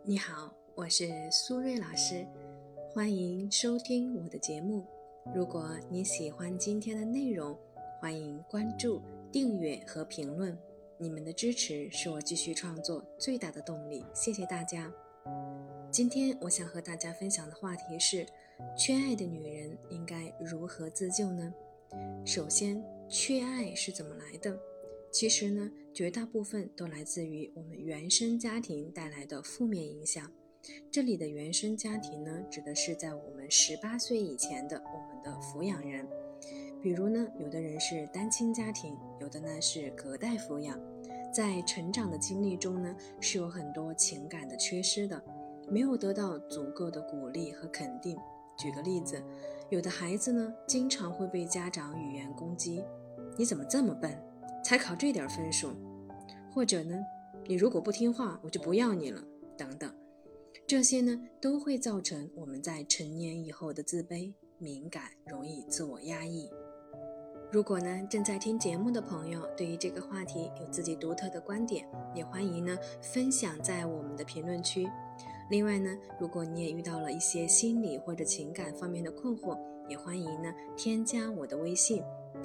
你好，我是苏芮老师，欢迎收听我的节目。如果你喜欢今天的内容，欢迎关注、订阅和评论。你们的支持是我继续创作最大的动力，谢谢大家。今天我想和大家分享的话题是：缺爱的女人应该如何自救呢？首先，缺爱是怎么来的？其实呢，绝大部分都来自于我们原生家庭带来的负面影响。这里的原生家庭呢，指的是在我们18岁以前的我们的抚养人。比如呢，有的人是单亲家庭，有的呢是隔代抚养。在成长的经历中呢，是有很多情感的缺失的，没有得到足够的鼓励和肯定。举个例子，有的孩子呢，经常会被家长语言攻击：你怎么这么笨？才考这点分数，或者呢，你如果不听话，我就不要你了，等等。这些呢，都会造成我们在成年以后的自卑、敏感，容易自我压抑。如果呢，正在听节目的朋友对于这个话题有自己独特的观点，也欢迎呢分享在我们的评论区。另外呢，如果你也遇到了一些心理或者情感方面的困惑，也欢迎呢添加我的微信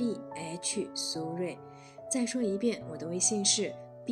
bh 苏芮。再说一遍，我的微信是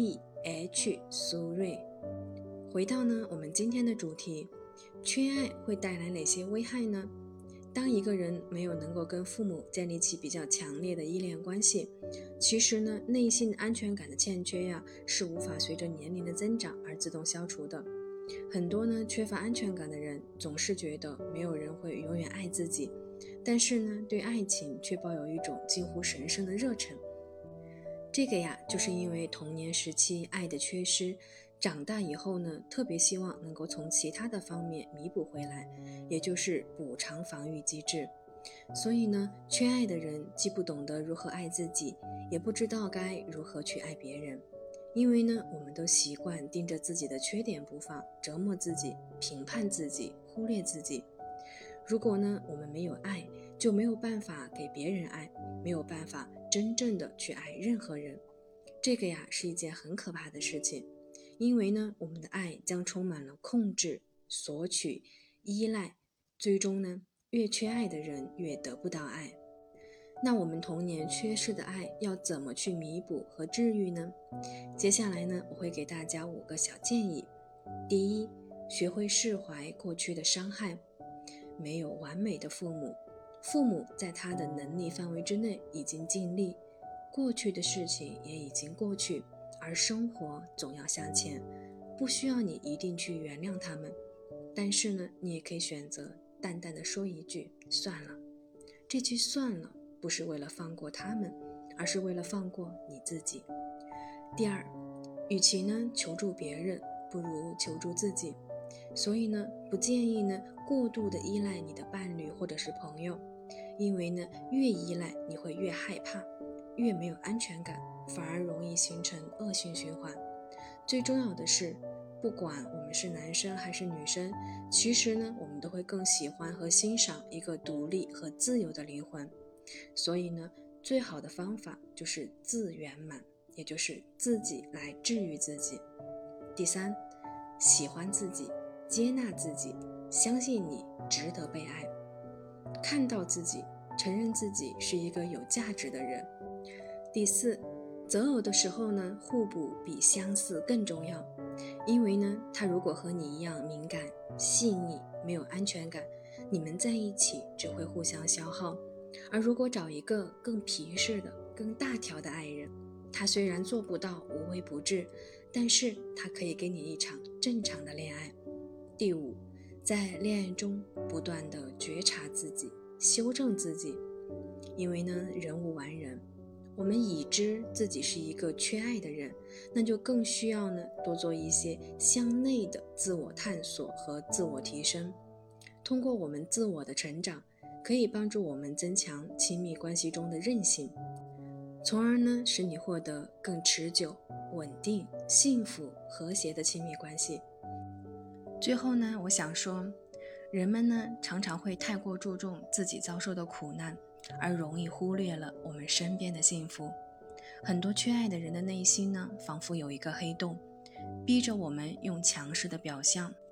bh 苏芮。回到呢我们今天的主题，缺爱会带来哪些危害呢？当一个人没有能够跟父母建立起比较强烈的依恋关系，其实呢内心安全感的欠缺呀，是无法随着年龄的增长而自动消除的。很多呢缺乏安全感的人总是觉得没有人会永远爱自己，但是呢对爱情却抱有一种近乎神圣的热忱。这个呀，就是因为童年时期爱的缺失，长大以后呢，特别希望能够从其他的方面弥补回来，也就是补偿防御机制。所以呢，缺爱的人既不懂得如何爱自己，也不知道该如何去爱别人。因为呢，我们都习惯盯着自己的缺点不放，折磨自己，评判自己，忽略自己。如果呢，我们没有爱，就没有办法给别人爱，没有办法真正的去爱任何人。这个呀，是一件很可怕的事情。因为呢，我们的爱将充满了控制、索取、依赖，最终呢，越缺爱的人越得不到爱。那我们童年缺失的爱要怎么去弥补和治愈呢？接下来呢，我会给大家5个小建议。第一，学会释怀过去的伤害。没有完美的父母，父母在他的能力范围之内已经尽力，过去的事情也已经过去，而生活总要向前，不需要你一定去原谅他们。但是呢，你也可以选择淡淡的说一句算了。这句算了不是为了放过他们，而是为了放过你自己。第二，与其呢求助别人，不如求助自己。所以呢，不建议呢过度的依赖你的伴侣或者是朋友，因为呢越依赖你会越害怕，越没有安全感，反而容易形成恶性循环。最重要的是，不管我们是男生还是女生，其实呢我们都会更喜欢和欣赏一个独立和自由的灵魂。所以呢，最好的方法就是自圆满，也就是自己来治愈自己。第三，喜欢自己，接纳自己，相信你值得被爱，看到自己，承认自己是一个有价值的人。第四，择偶的时候呢，互补比相似更重要。因为呢，他如果和你一样敏感、细腻，没有安全感，你们在一起只会互相消耗。而如果找一个更皮实的、更大条的爱人，他虽然做不到无微不至，但是他可以给你一场正常的恋爱。第五，在恋爱中不断的觉察自己，修正自己。因为呢，人无完人，我们已知自己是一个缺爱的人，那就更需要呢多做一些向内的自我探索和自我提升。通过我们自我的成长，可以帮助我们增强亲密关系中的韧性，从而呢使你获得更持久、稳定、幸福、和谐的亲密关系。最后呢，我想说，人们呢常常会太过注重自己遭受的苦难，而容易忽略了我们身边的幸福。很多缺爱的人的内心呢，仿佛有一个黑洞，逼着我们用强势的表象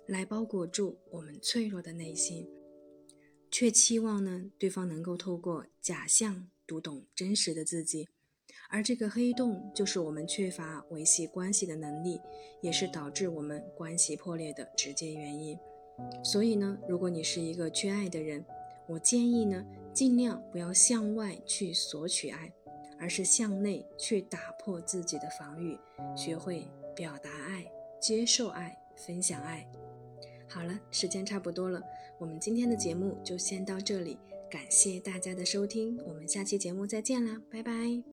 来包裹住我们脆弱的内心，却期望呢对方能够透过假象读懂真实的自己。而这个黑洞就是我们缺乏维系关系的能力，也是导致我们关系破裂的直接原因。所以呢，如果你是一个缺爱的人，我建议呢，尽量不要向外去索取爱，而是向内去打破自己的防御，学会表达爱、接受爱、分享爱。好了，时间差不多了，我们今天的节目就先到这里，感谢大家的收听，我们下期节目再见啦，拜拜。